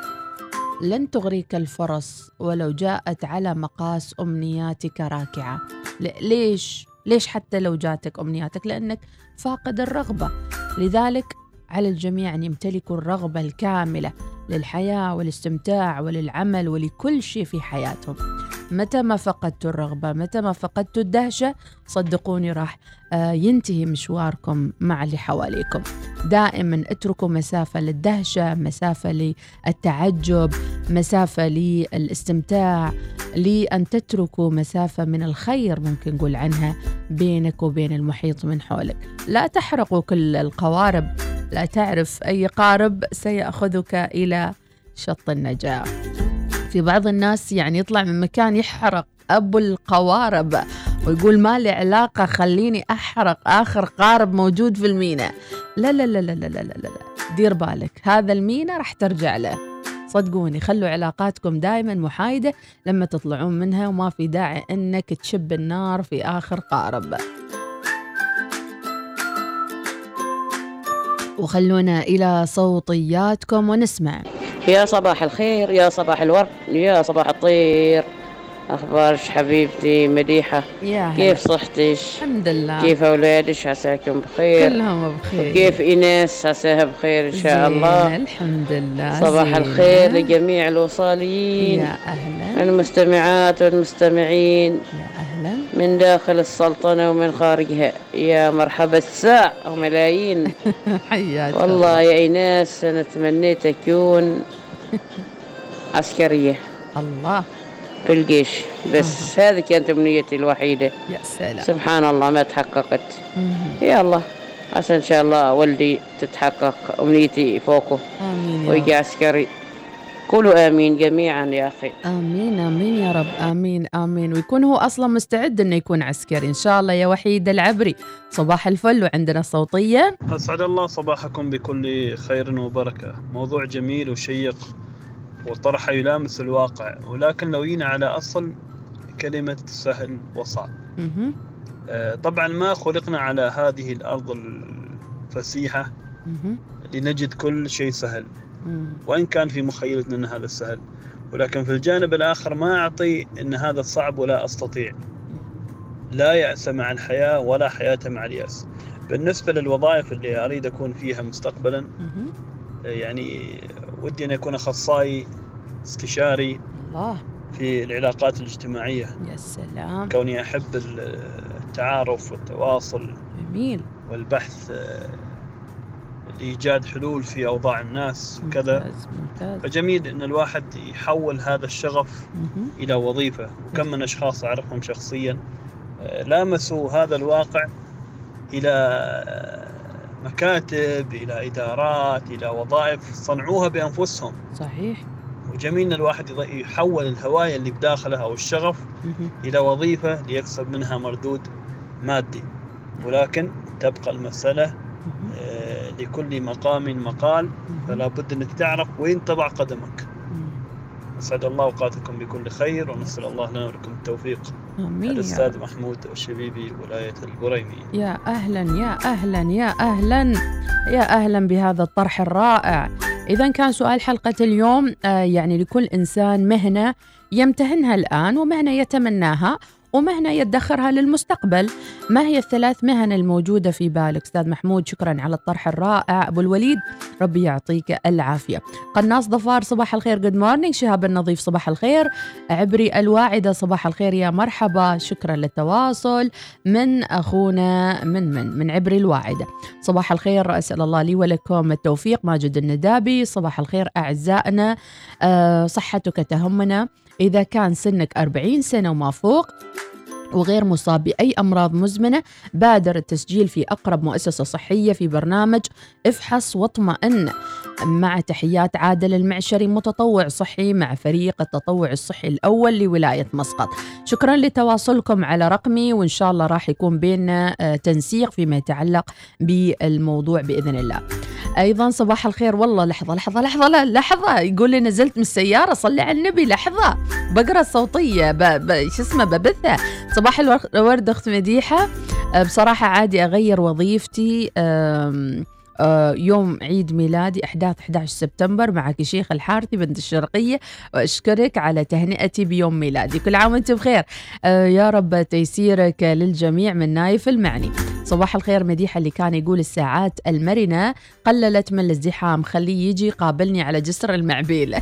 لن تغريك الفرص ولو جاءت على مقاس أمنياتك راكعة. ليش؟ ليش حتى لو جاتك أمنياتك؟ لأنك فاقد الرغبة. لذلك على الجميع أن يمتلكوا الرغبة الكاملة للحياة والاستمتاع وللعمل ولكل شيء في حياتهم. متى ما فقدت الرغبة، متى ما فقدت الدهشة، صدقوني راح ينتهي مشواركم مع اللي حواليكم. دائما اتركوا مسافة للدهشة، مسافة للتعجب، مسافة للاستمتاع، لأن تتركوا مسافة من الخير ممكن نقول عنها بينك وبين المحيط من حولك. لا تحرقوا كل القوارب، لا تعرف أي قارب سيأخذك إلى شط النجاة. في بعض الناس يعني يطلع من مكان يحرق أبو القوارب ويقول ما لي علاقة، خليني أحرق آخر قارب موجود في المينا. لا لا لا لا لا لا لا لا، دير بالك، هذا المينا راح ترجع له. صدقوني خلوا علاقاتكم دائما محايدة لما تطلعون منها، وما في داعي أنك تشب النار في آخر قارب. وخلونا إلى صوتياتكم ونسمع. يا صباح الخير، يا صباح الورد، يا صباح الطير. أخبارش حبيبتي مديحة؟ يا كيف صحتش؟ الحمد لله. كيف أولادش؟ عساكم بخير؟ كلهم بخير. كيف إيناس؟ عساها بخير إن شاء الله. الحمد لله. صباح زينة. الخير لجميع الوصالين. يا أهلا. المستمعات والمستمعين. يا أهلا. من داخل السلطنة ومن خارجها، يا مرحبا الساعة وملايين. حياك والله يا إيناس أنا تمنيت أكون عسكرية. الله. في الجيش، بس أه. هذه كانت أمنيتي الوحيدة. يا سلام. سبحان الله ما تحققت. مه. يا الله عسى إن شاء الله ولدي تتحقق أمنيتي فوقه. آمين ويجي عسكري. قولوا آمين جميعا يا أخي. آمين آمين يا رب. آمين آمين. ويكون هو أصلا مستعد إنه يكون عسكري إن شاء الله. يا وحيد العبري صباح الفل. وعندنا صوتية. أسعد الله صباحكم بكل خير وبركة. موضوع جميل وشيق وطرحه يلامس الواقع، ولكن لو جينا على أصل كلمة سهل وصعب. آه طبعا ما خلقنا على هذه الأرض الفسيحة لنجد كل شيء سهل، وإن كان في مخيلتنا أن هذا السهل، ولكن في الجانب الآخر ما أعطي أن هذا صعب ولا أستطيع. لا يأس مع الحياة ولا حياة مع اليأس. بالنسبة للوظائف اللي أريد أكون فيها مستقبلا، يعني ودي أن أكون أخصائي استشاري الله. في العلاقات الاجتماعية. يا سلام. كوني أحب التعارف والتواصل جميل. والبحث لإيجاد حلول في أوضاع الناس وكذا. ممتاز ممتاز. فجميل أن الواحد يحول هذا الشغف مم. إلى وظيفة. وكم من أشخاص أعرفهم شخصيا لامسوا هذا الواقع إلى مكاتب، إلى إدارات، إلى وظائف صنعوها بأنفسهم. صحيح. وجميل أن الواحد يحول الهواية اللي بداخله أو الشغف مم. إلى وظيفة ليكسب منها مردود مادي. ولكن تبقى المسألة آه لكل مقام مقال، فلا بد أنك تعرف وين تضع قدمك. أسعد الله أوقاتكم بكل خير، ونسأل الله لنا ولكم التوفيق. آمين. الأستاذ محمود الشبيبي ولاية البريمي. يا أهلا يا أهلا يا أهلا يا أهلا بهذا الطرح الرائع. إذا كان سؤال حلقة اليوم آه يعني لكل إنسان مهنة يمتهنها الآن ومهنة يتمناها ومهنة يدخرها للمستقبل. ما هي الثلاث مهن الموجودة في بالك؟ أستاذ محمود شكرا على الطرح الرائع. أبو الوليد ربي يعطيك العافية. قناص ضفار صباح الخير جود مورنينج. شهاب النظيف صباح الخير. عبري الواعدة صباح الخير يا مرحبا. شكرا للتواصل من أخونا من من من عبري الواعدة. صباح الخير أسأل الله لي ولكم التوفيق. ماجد الندابي صباح الخير أعزائنا. أه صحتك تهمنا. إذا كان سنك أربعين سنة وما فوق وغير مصاب بأي أمراض مزمنة، بادر التسجيل في أقرب مؤسسة صحية في برنامج افحص واطمئن. مع تحيات عادل المعشري متطوع صحي مع فريق التطوع الصحي الأول لولاية مسقط. شكرا لتواصلكم على رقمي، وإن شاء الله راح يكون بيننا تنسيق فيما يتعلق بالموضوع بإذن الله. أيضا صباح الخير. والله لحظة لحظة لحظة لا لحظة يقول لي نزلت من السيارة صلي على النبي. لحظة بقرأ الصوتية ب... ب... شو اسمه ببثها. صباح الورد أخت مديحة. بصراحة عادي أغير وظيفتي أم... يوم عيد ميلادي أحداث أحد عشر سبتمبر معك شيخ الحارثي بنت الشرقية، وأشكرك على تهنئتي بيوم ميلادي. كل عام وانت بخير. يا رب تيسيرك للجميع من نايف المعني. صباح الخير مديحة. اللي كان يقول الساعات المرنة قللت من الازدحام، خليه يجي قابلني على جسر المعبيلة.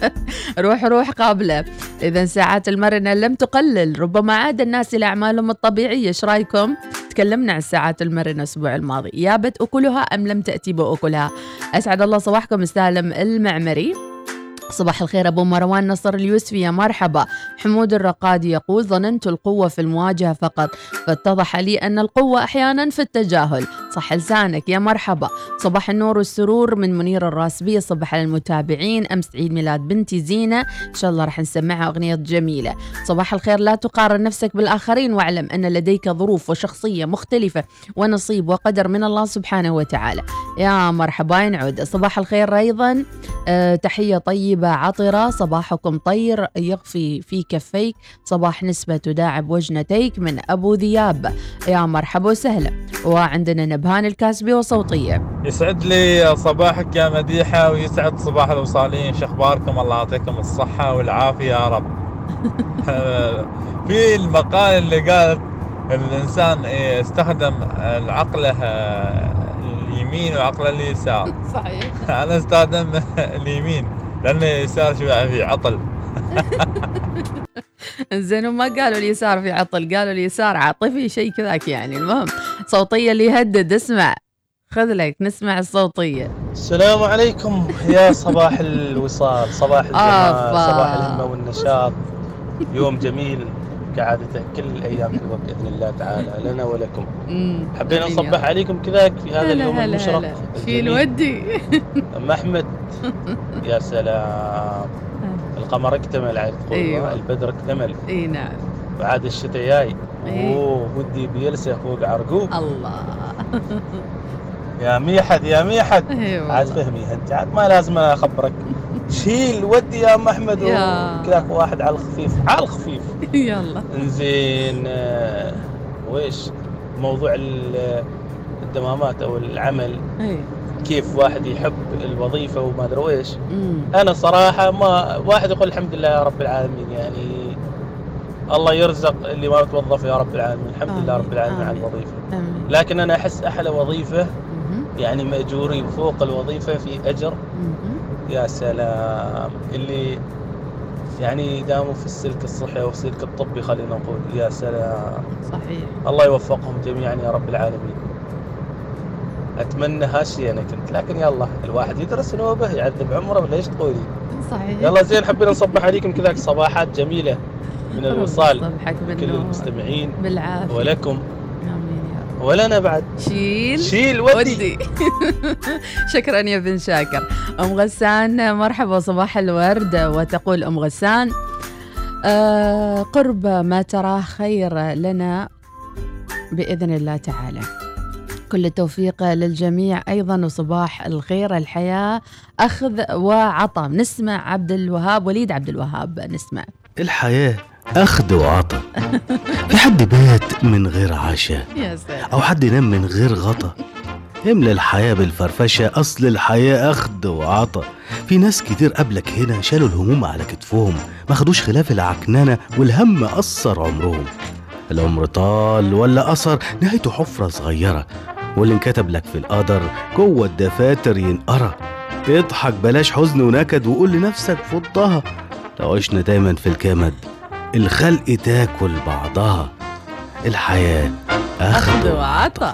روح روح قابله. إذا ساعات المرنة لم تقلل، ربما عاد الناس إلى أعمالهم الطبيعية. إيش رأيكم؟ تكلمنا عن الساعات المرنة الأسبوع الماضي. يابت أكلها أم لم تأتي بأكلها؟ أسعد الله صباحكم. سالم المعمري صباح الخير. أبو مروان نصر اليوسفي يا مرحبا. حمود الرقادي يقول ظننت القوة في المواجهة فقط، فاتضح لي أن القوة أحيانا في التجاهل، صح لسانك. يا مرحبا، صباح النور والسرور من منير الراسبية. صباح على المتابعين، أمس عيد ميلاد بنتي زينة، إن شاء الله راح نسمعها أغنية جميلة. صباح الخير، لا تقارن نفسك بالآخرين واعلم أن لديك ظروف وشخصية مختلفة ونصيب وقدر من الله سبحانه وتعالى. يا مرحبا نعود. صباح الخير أيضا، أه تحية طيبة عطرة، صباحكم طير يغفي في كفيك، صباح نسبة تداعب وجنتيك من أبو ذياب. يا مرحبا وسهلا. وعندنا نبهان الكاسبي وصوتية. يسعد لي صباحك يا مديحة، ويسعد صباح الوصالين. شخباركم؟ الله يعطيكم الصحة والعافية يا رب. في المقال اللي قال الإنسان يستخدم العقله اليمين وعقله اليسار. صحيح. أنا استخدم اليمين لأن اليسار شوية في عطل. زين، وما قالوا اليسار في عطل، قالوا اليسار عاطفي شيء كذاك يعني. المهم صوتية اللي يهدد، اسمع خذ لك نسمع الصوتية. السلام عليكم يا صباح الوصال، صباح الجمال، صباح الهمة والنشاط. يوم جميل كعادته، كل الأيام حلوة بإذن الله تعالى لنا ولكم. حبينا نصبح عليكم كذاك في هذا اليوم المشرق في الودي. أم أحمد يا سلام، القمر اكتمل عاد تقول. أيوة. البدر اكتمل. اي نعم. وعاد الشتاء جاي. أيوة. اوه ودي بيلسه فوق عرقوب. الله. يا ميحد يا ميحد. أيوة. عاد فهمي انت، عاد ما لازم انا اخبرك. شيل ودي يا ام احمد كذاك واحد على الخفيف على الخفيف. يلا. انزين آه ويش موضوع الدمامات او العمل. أيوة. كيف واحد يحب الوظيفة وما أدري وإيش. أنا صراحة ما واحد يقول الحمد لله يا رب العالمين، يعني الله يرزق اللي ما يتوظف يا رب العالمين، الحمد لله رب العالمين على الوظيفة. آمين. لكن أنا أحس أحلى وظيفة يعني مأجورين فوق الوظيفة في أجر. يا سلام، اللي يعني يداموا في السلك الصحي أو السلك الطبي خلينا نقول. يا سلام. صحيح. الله يوفقهم جميعا يا رب العالمين. أتمنى هالشيء أنا كنت، لكن يلا الواحد يدرس نوبه يعذب عمره ولا إيش تقولي؟ صحيح. يلا زين، حبينا نصبح عليكم كذاك صباحات جميلة من الوصال كل المستمعين بالعافية ولكم. آمين يا رب. ولنا بعد. شيل شيل ودي, ودي. شكرا يا بن شاكر. أم غسان مرحبا، صباح الورد. وتقول أم غسان آه قرب ما تراه خير لنا بإذن الله تعالى، كل التوفيق للجميع أيضا، وصباح الخير. الحياة أخذ وعطى. نسمع عبد الوهاب، وليد عبد الوهاب. نسمع. الحياة أخذ وعطى. في حد بات من غير عشاء أو حد ينام من غير غطا. املى الحياة بالفرفشة، أصل الحياة أخذ وعطى. في ناس كتير قبلك هنا شالوا الهموم على كتفهم، ما خدوش خلاف العكنانة والهم أثر عمرهم. العمر طال ولا قصر، نهايته حفرة صغيرة، واللي انكتب لك في القدر جوه الدفاتر ينقرى. اضحك بلاش حزن ونكد، وقول لنفسك فضها. لو عشنا دايما في الكمد الخلق تاكل بعضها. الحياة أخذ وعطى.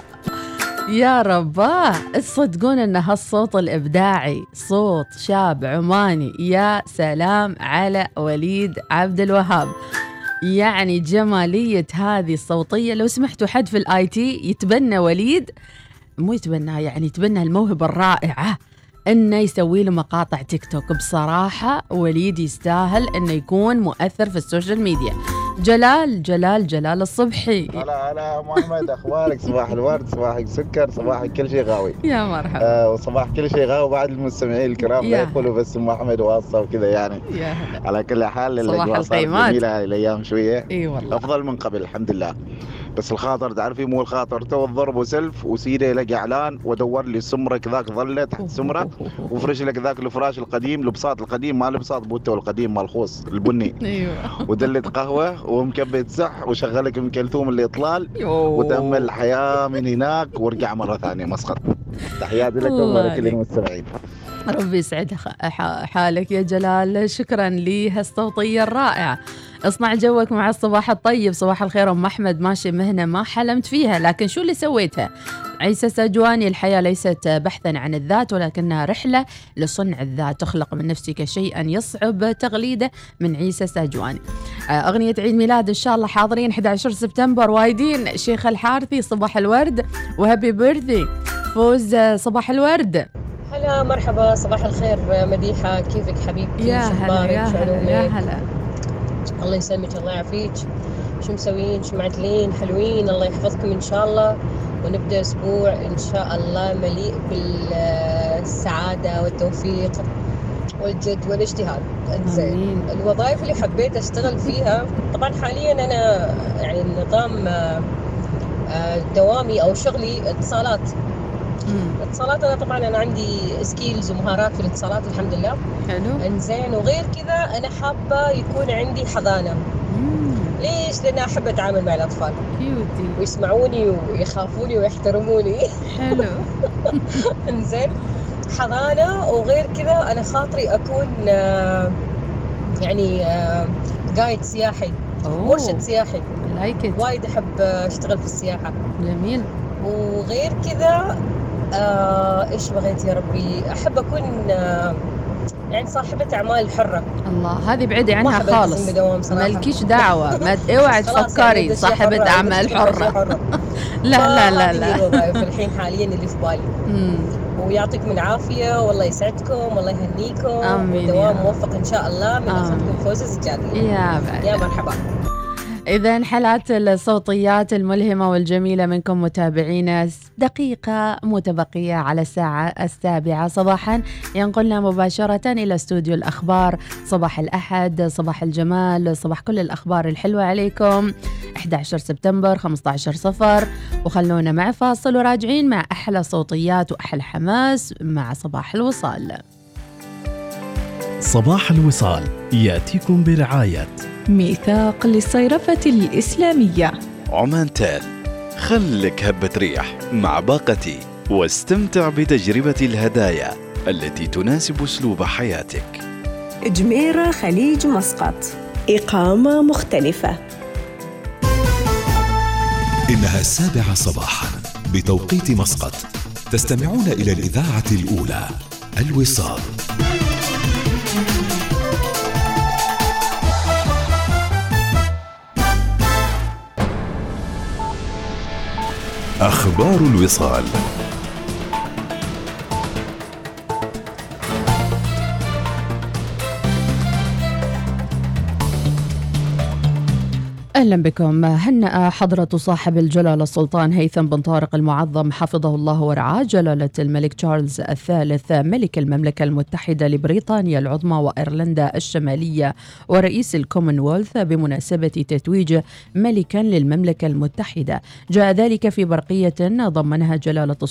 يا رباه، تصدقون ان هالصوت الابداعي صوت شاب عماني. يا سلام على وليد عبد الوهاب، يعني جمالية هذه الصوتية. لو سمحتوا حد في الاي تي يتبنى وليد، مو يتبنى يعني يتبنى الموهبة الرائعة انه يسوي له مقاطع تيك توك. بصراحة وليد يستاهل انه يكون مؤثر في السوشيال ميديا. جلال جلال جلال الصبحي. هلا هلا ام احمد، اخبارك؟ صباح الورد، صباحك سكر، صباحك كل شيء غاوي. يا مرحبا. آه وصباح كل شيء غاوي بعد المستمعين الكرام، لا يقولوا بس ام احمد واصله وكذا يعني. يا هلا. على كل حال صباح القيمات جميله الايام شويه. اي والله افضل من قبل الحمد لله. بس الخاطر تعرفي مو الخاطر، تو الضرب وسلف وسيده يلاقي اعلان ودور لي سمرك ذاك ظله تحت سمره وفرش لك ذاك الفراش القديم، البساط القديم ما البساط بوته القديم مال خوص البني. ايوه. ودله قهوه ومكبه صح وشغلك ام كلثوم اللي اطلال وتأمل الحياه من هناك وارجع مره ثانيه مسقط. تحياتي لكم ولكل المستمعين. ربي يسعد حالك يا جلال. شكرا لهالصوتية الرائعة. اصنع جوك مع الصباح الطيب. صباح الخير ام احمد، ماشي مهنة ما حلمت فيها لكن شو اللي سويتها؟ عيسى ساجواني: الحياة ليست بحثا عن الذات ولكنها رحلة لصنع الذات، تخلق من نفسك شيئا يصعب تقليده، من عيسى ساجواني. أغنية عيد ميلاد إن شاء الله حاضرين أحد عشر سبتمبر وايدين. شيخ الحارثي: صباح الورد وهابي بيرثي. فوز: صباح الورد. هلا مرحبا، صباح الخير مديحة، كيفك حبيبتي؟ يا هلا يا هلا يا هلا. الله يسلمك، الله يعافيك. شو مسوين؟ شو معدلين؟ حلوين؟ الله يحفظكم إن شاء الله، ونبدأ أسبوع إن شاء الله مليء بالسعادة والتوفيق والجد والاجتهاد. إنزين، الوظائف اللي حبيت أشتغل فيها، طبعا حاليا أنا يعني نظام دوامي أو شغلي اتصالات. اتصالات أنا طبعا أنا عندي سكيلز ومهارات في الاتصالات الحمد لله. حلو. إنزين، وغير كذا أنا حابة يكون عندي حضانة. ليش؟ لأن أحب أتعامل مع الأطفال كيوتي ويسمعوني ويخافوني ويحترموني. حلو. إنزين، حضانة. وغير كذا أنا خاطري أكون آه يعني آه قايد سياحي، مرشد سياحي. لايك وايد أحب أشتغل في السياحة. جميل. وغير كذا آه إيش بغيت يا ربي، أحب أكون آه يعني صاحبة أعمال حرة. الله، هذه بعيدي عنها خالص، مالكيش دعوة، ما اوعي تفكري يعني صاحبة أعمال حرة. لا لا لا لا. الوظائف الحين حاليا اللي في بالي. مم. ويعطيكم العافية والله يسعدكم والله يهنيكم. آمين. ودوام موفق إن شاء الله من أخذكم فوز الزجاجي. يا يا مرحبا. إذن حالات الصوتيات الملهمة والجميلة منكم متابعينا، دقيقة متبقية على الساعة السابعة صباحا ينقلنا مباشرة إلى استوديو الأخبار. صباح الأحد، صباح الجمال، صباح كل الأخبار الحلوة عليكم. أحد عشر سبتمبر، خمسة عشر صفر، وخلونا مع فاصل وراجعين مع أحلى صوتيات وأحلى حماس مع صباح الوصال. صباح الوصال يأتيكم برعاية ميثاق للصيرفة الإسلامية، عمان تال، خلك هبة ريح مع باقتي واستمتع بتجربة الهدايا التي تناسب أسلوب حياتك. جميرة خليج مسقط، إقامة مختلفة. إنها السابعة صباحا بتوقيت مسقط. تستمعون إلى الإذاعة الأولى الوصال. أخبار الوصال. أهلا بكم. هنأ حضرة صاحب الجلالة السلطان هيثم بن طارق المعظم حفظه الله ورعاه جلالة الملك تشارلز الثالث ملك المملكة المتحدة لبريطانيا العظمى وإيرلندا الشمالية ورئيس الكومنولث بمناسبة تتويجه ملكا للمملكة المتحدة. جاء ذلك في برقية ضمنها جلالة